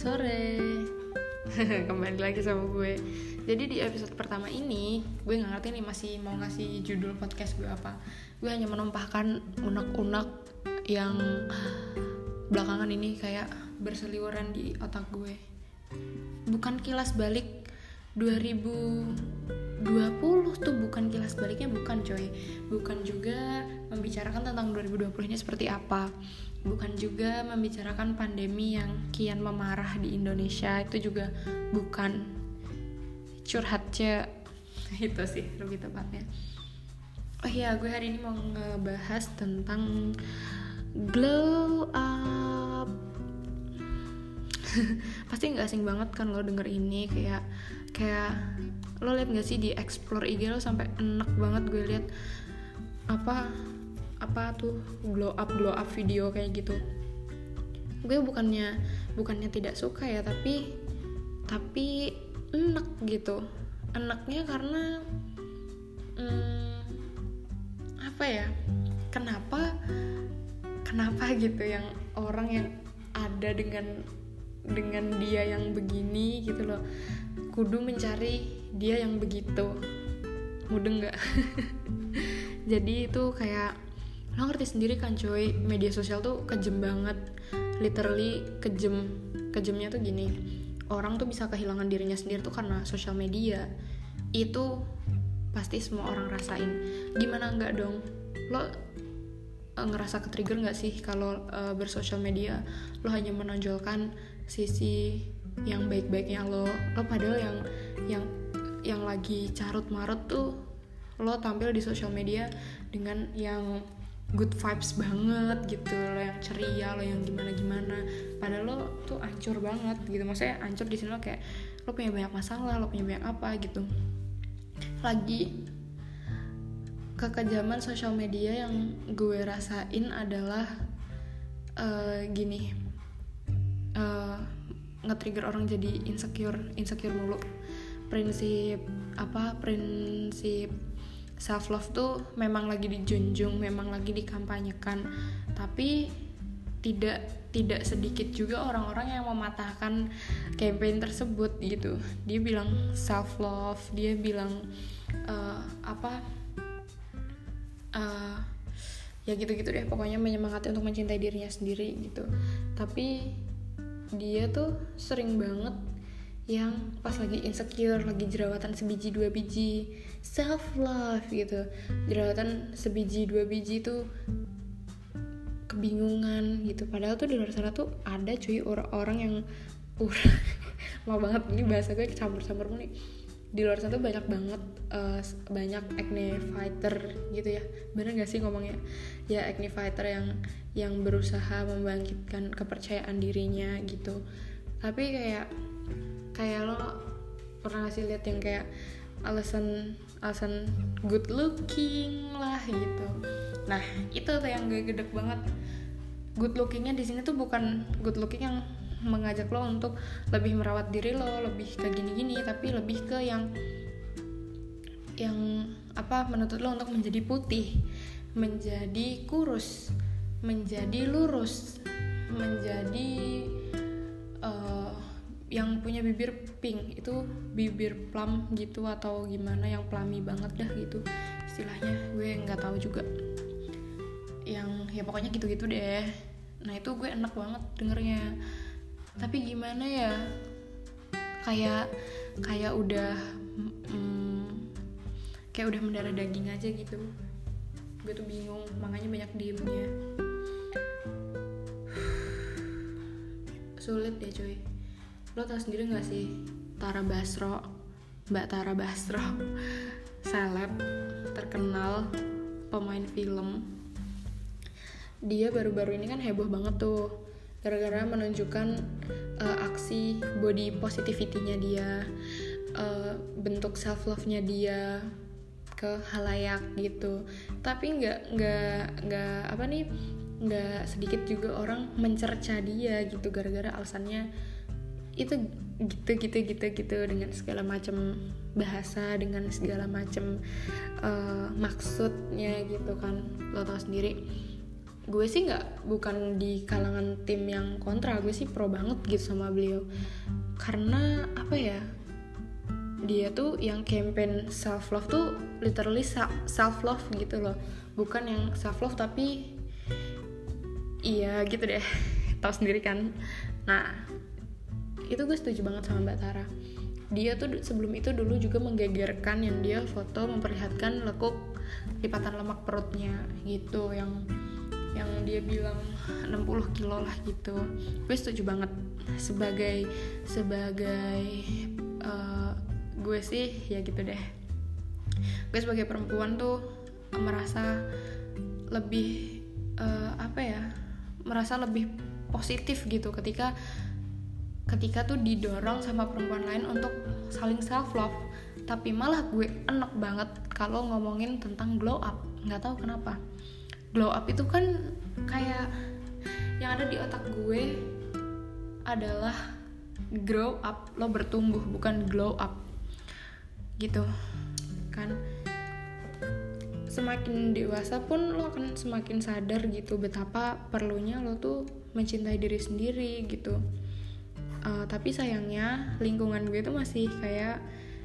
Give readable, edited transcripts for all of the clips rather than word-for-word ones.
sore. Kembali lagi sama gue. Jadi di episode pertama ini gue gak ngerti nih masih mau ngasih judul podcast gue apa. Gue hanya menumpahkan unek-unek yang belakangan ini kayak berseliweran di otak gue. Bukan kilas balik 2020 tuh, bukan kilas baliknya, bukan coy. Bukan juga membicarakan tentang 2020 ini seperti apa. Bukan juga membicarakan pandemi yang kian memarah di Indonesia, itu juga bukan. Curhatnya itu sih lebih tepatnya. Oh iya, gue hari ini mau ngebahas tentang glow up. Pasti nggak asing banget kan lo denger ini, kayak lo liat nggak sih di explore IG lo sampai enak banget gue liat apa tuh glow up video kayak gitu. Gue bukannya tidak suka ya, tapi enak gitu. Enaknya karena apa ya? Kenapa gitu yang orang yang ada dengan dia yang begini gitu loh, kudu mencari dia yang begitu. Mudeng nggak? Jadi itu kayak lo ngerti sendiri kan coy, media sosial tuh kejem banget, literally kejemnya tuh gini, orang tuh bisa kehilangan dirinya sendiri tuh karena sosial media. Itu pasti semua orang rasain. Gimana enggak dong? Lo ngerasa ke-trigger nggak sih kalau bersosial media lo hanya menonjolkan sisi yang baik-baiknya lo padahal yang lagi carut marut tuh lo tampil di sosial media dengan yang good vibes banget gitu, lo yang ceria, lo yang gimana padahal lo tuh hancur banget gitu. Maksudnya hancur di sini lo kayak lo punya banyak masalah, lo punya banyak apa gitu. Lagi kekejaman sosial media yang gue rasain adalah nge-trigger orang jadi insecure mulu. Prinsip self love tuh memang lagi dijunjung, memang lagi dikampanyekan, tapi tidak sedikit juga orang-orang yang mematahkan campaign tersebut gitu. Dia bilang self love, dia bilang ya gitu-gitu deh, pokoknya menyemangati untuk mencintai dirinya sendiri gitu. Tapi dia tuh sering banget yang pas lagi insecure, lagi jerawatan sebiji dua biji, self love gitu, jerawatan sebiji dua biji tuh kebingungan gitu. Padahal tuh di luar sana tuh ada cuy orang-orang yang mau banget ini bahasa gue campur-campur nih. Di luar sana tuh banyak banget banyak acne fighter gitu ya, bener gak sih ngomongnya ya, acne fighter yang berusaha membangkitkan kepercayaan dirinya gitu. Tapi kayak lo pernah ngasih lihat yang kayak alasan good looking lah gitu. Nah itu tuh yang gue gedek banget. Good lookingnya di sini tuh bukan good looking yang mengajak lo untuk lebih merawat diri lo, lebih ke gini-gini, tapi lebih ke yang menuntut lo untuk menjadi putih, menjadi kurus, menjadi lurus, menjadi yang punya bibir pink, itu bibir plum gitu atau gimana, yang plummy banget dah gitu istilahnya, gue nggak tahu juga. Yang ya pokoknya gitu-gitu deh. Nah itu gue enak banget dengernya. Tapi gimana ya, kayak udah mendarah daging aja gitu. Gue tuh bingung, makanya banyak diemnya. Sulit deh coy. Lo tau sendiri gak sih Mbak Tara Basro, seleb terkenal, pemain film. Dia baru-baru ini kan heboh banget tuh gara-gara menunjukkan aksi body positivity-nya dia, bentuk self love-nya dia ke halayak gitu. Tapi nggak sedikit juga orang mencerca dia gitu gara-gara alasannya itu gitu dengan segala macam bahasa, dengan segala macam maksudnya gitu kan. Lo tau sendiri gue sih bukan di kalangan tim yang kontra, gue sih pro banget gitu sama beliau. Karena apa ya, dia tuh yang campaign self love tuh literally self love gitu loh, bukan yang self love tapi iya gitu deh, tahu sendiri kan. Nah itu gue setuju banget sama Mbak Tara. Dia tuh sebelum itu dulu juga menggegerkan yang dia foto memperlihatkan lekuk lipatan lemak perutnya gitu, yang dia bilang 60 kilo lah gitu. Gue setuju banget. Sebagai gue sih ya gitu deh, gue sebagai perempuan tuh merasa lebih merasa lebih positif gitu ketika tuh didorong sama perempuan lain untuk saling self love. Tapi malah gue enek banget kalau ngomongin tentang glow up. Nggak tahu kenapa, glow up itu kan kayak yang ada di otak gue adalah grow up, lo bertumbuh, bukan glow up gitu kan. Semakin dewasa pun lo akan semakin sadar gitu betapa perlunya lo tuh mencintai diri sendiri gitu. Tapi sayangnya lingkungan gue tuh masih kayak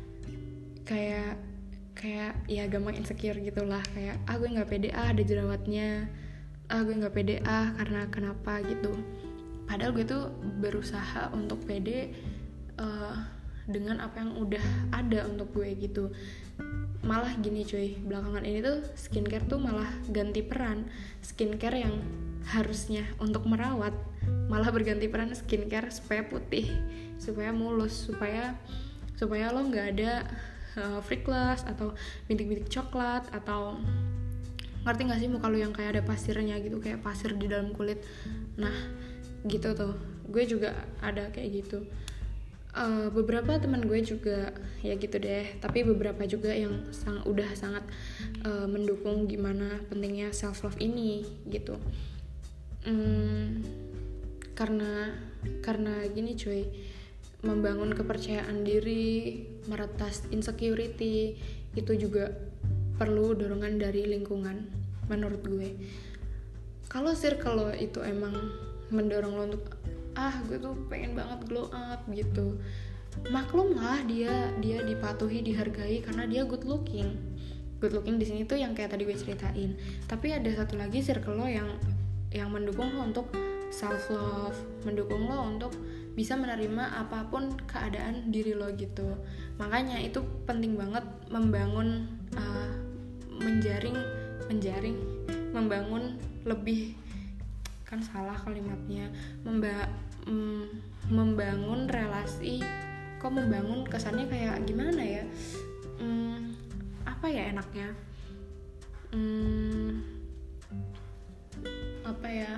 ya gampang insecure gitulah, kayak gue nggak pede ada jerawatnya, gue nggak pede karena kenapa gitu. Padahal gue tuh berusaha untuk pede dengan apa yang udah ada untuk gue gitu. Malah gini cuy, belakangan ini tuh skincare tuh malah ganti peran. Skincare yang harusnya untuk merawat malah berganti peran skincare supaya putih, supaya mulus, supaya lo nggak ada freckles atau bintik-bintik coklat, atau ngerti nggak sih muka lo yang kayak ada pasirnya gitu, kayak pasir di dalam kulit. Nah gitu tuh, gue juga ada kayak gitu. Beberapa teman gue juga ya gitu deh, tapi beberapa juga yang udah sangat mendukung gimana pentingnya self love ini gitu. Karena gini cuy, membangun kepercayaan diri, meretas insecurity itu juga perlu dorongan dari lingkungan menurut gue. Kalau circle lo itu emang mendorong lo untuk gue tuh pengen banget glow up gitu, maklum lah dia dipatuhi, dihargai karena dia good looking di sini tuh yang kayak tadi gue ceritain. Tapi ada satu lagi circle lo yang mendukung lo untuk self love, mendukung lo untuk bisa menerima apapun keadaan diri lo gitu. Makanya itu penting banget membangun membangun lebih, kan salah kalimatnya, membangun relasi. Kok membangun kesannya kayak gimana ya, apa ya enaknya, apa ya,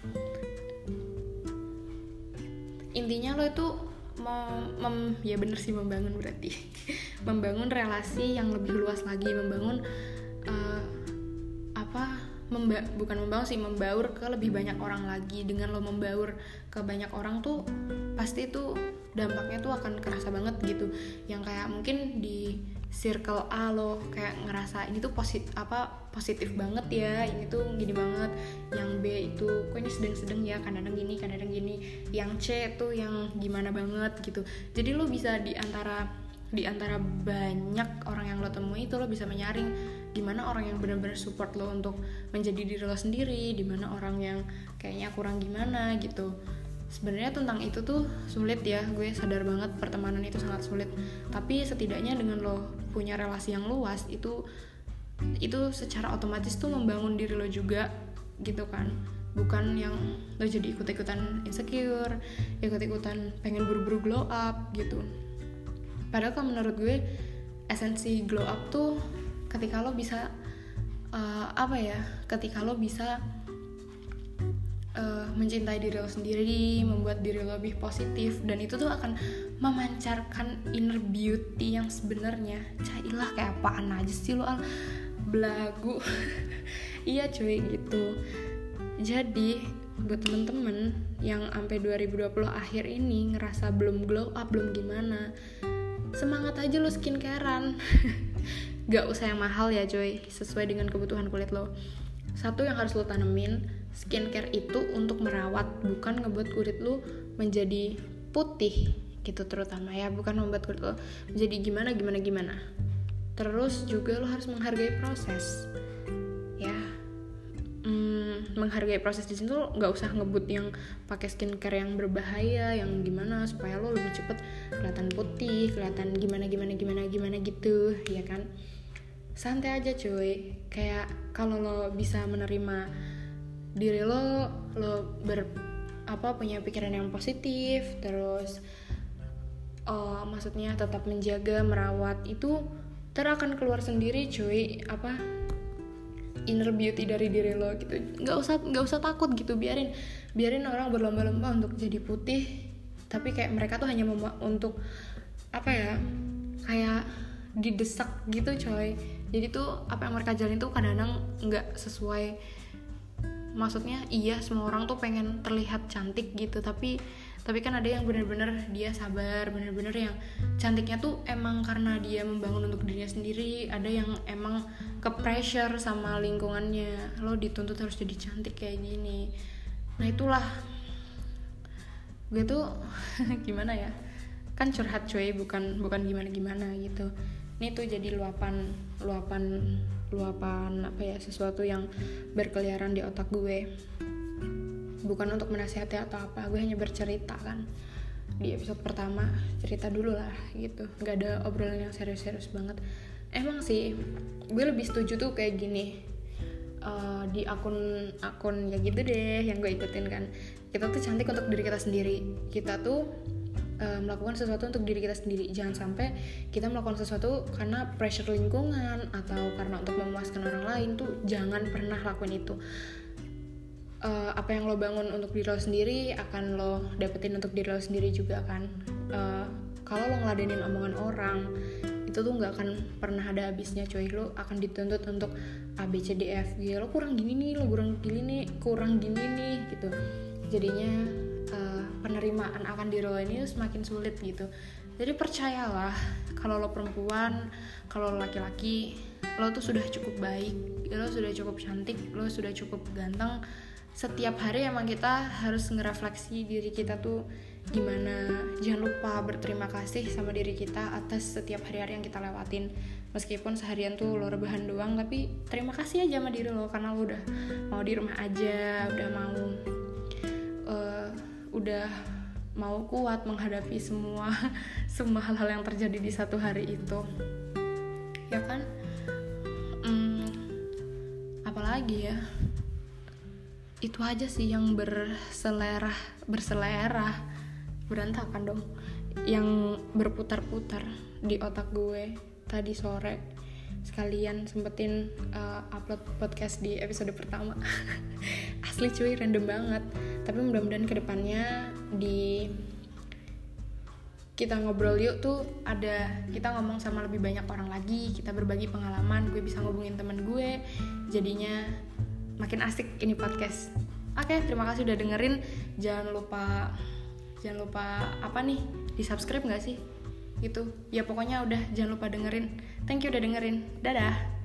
intinya lo itu ya bener sih membangun berarti membangun relasi yang lebih luas lagi, membangun bukan membangun sih, membaur ke lebih banyak orang lagi. Dengan lo membaur ke banyak orang tuh pasti tuh dampaknya tuh akan kerasa banget gitu. Yang kayak mungkin di circle A lo kayak ngerasa ini tuh positif banget ya, ini tuh gini banget. Yang B itu kok ini sedang-sedang ya, kadang-kadang gini. Yang C tuh yang gimana banget gitu. Jadi lo bisa di antara banyak orang yang lo temui itu lo bisa menyaring di mana orang yang benar-benar support lo untuk menjadi diri lo sendiri, di mana orang yang kayaknya kurang gimana gitu. Sebenarnya tentang itu tuh sulit ya, gue sadar banget pertemanan itu sangat sulit. Tapi setidaknya dengan lo punya relasi yang luas itu secara otomatis tuh membangun diri lo juga gitu kan. Bukan yang lo jadi ikut-ikutan insecure, ikut-ikutan pengen buru-buru glow up gitu. Padahal kalau menurut gue esensi glow up tuh ketika lo bisa ketika lo bisa mencintai diri lo sendiri, membuat diri lo lebih positif, dan itu tuh akan memancarkan inner beauty yang sebenarnya. Cailah kayak apaan aja sih lo belagu. Iya cuy gitu. Jadi buat temen-temen yang sampai 2020 akhir ini ngerasa belum glow up, belum gimana, semangat aja lo skincarean. Gak usah yang mahal ya coy, sesuai dengan kebutuhan kulit lo. Satu yang harus lo tanemin, skincare itu untuk merawat, bukan ngebuat kulit lu menjadi putih gitu, terutama ya, bukan membuat kulit lu menjadi gimana. Terus juga lo harus menghargai proses ya. Menghargai proses di sini tuh nggak usah ngebut yang pakai skincare yang berbahaya, yang gimana supaya lo lebih cepet kelihatan putih, kelihatan gimana gitu ya kan. Santai aja cuy, kayak kalau lo bisa menerima diri lo punya pikiran yang positif, terus maksudnya tetap menjaga, merawat, itu akan keluar sendiri cuy, inner beauty dari diri lo gitu. Nggak usah takut gitu, biarin orang berlomba-lomba untuk jadi putih, tapi kayak mereka tuh hanya untuk kayak didesak gitu coy. Jadi tuh apa yang mereka jalin tuh kadang-kadang nggak sesuai. Maksudnya iya, semua orang tuh pengen terlihat cantik gitu, tapi kan ada yang benar-benar dia sabar, benar-benar yang cantiknya tuh emang karena dia membangun untuk dirinya sendiri. Ada yang emang ke pressure sama lingkungannya, lo dituntut harus jadi cantik kayak gini. Nah itulah gue tuh gimana ya, kan curhat cuy, bukan gimana gitu. Ini tuh jadi luapan sesuatu yang berkeliaran di otak gue, bukan untuk menasihati atau apa. Gue hanya bercerita kan, di episode pertama cerita dulu lah gitu, nggak ada obrolan yang serius banget. Emang sih gue lebih setuju tuh kayak gini, di akun ya gitu deh yang gue ikutin kan. Kita tuh cantik untuk diri kita sendiri, kita tuh melakukan sesuatu untuk diri kita sendiri. Jangan sampai kita melakukan sesuatu karena pressure lingkungan atau karena untuk memuaskan orang lain. Tuh jangan pernah lakuin itu. Apa yang lo bangun untuk diri lo sendiri akan lo dapetin untuk diri lo sendiri juga kan. Kalau lo ngeladenin omongan orang, itu tuh nggak akan pernah ada habisnya coy. Lo akan dituntut untuk A, B, C, D, F, G. Lo kurang gini nih, kurang gini nih gitu. Jadinya penerimaan akan diri lo ini semakin sulit gitu. Jadi percayalah, kalau lo perempuan, kalau lo laki-laki, lo tuh sudah cukup baik, lo sudah cukup cantik, lo sudah cukup ganteng. Setiap hari emang kita harus ngerefleksi diri kita tuh gimana. Jangan lupa berterima kasih sama diri kita atas setiap hari-hari yang kita lewatin. Meskipun seharian tuh lo rebahan doang, tapi terima kasih aja sama diri lo karena lo udah mau di rumah aja, udah mau kuat menghadapi semua hal-hal yang terjadi di satu hari itu, ya kan. Apalagi ya, itu aja sih yang berselera, berantakan dong, yang berputar-putar di otak gue tadi sore. Sekalian sempetin upload podcast di episode pertama. Asli cuy, random banget. Tapi mudah-mudahan kedepannya di kita ngobrol yuk tuh kita ngomong sama lebih banyak orang lagi, kita berbagi pengalaman, gue bisa ngubungin teman gue, jadinya makin asik ini podcast. Oke, terima kasih udah dengerin. Jangan lupa di subscribe nggak sih? Gitu ya, pokoknya udah jangan lupa dengerin. Thank you udah dengerin, dadah.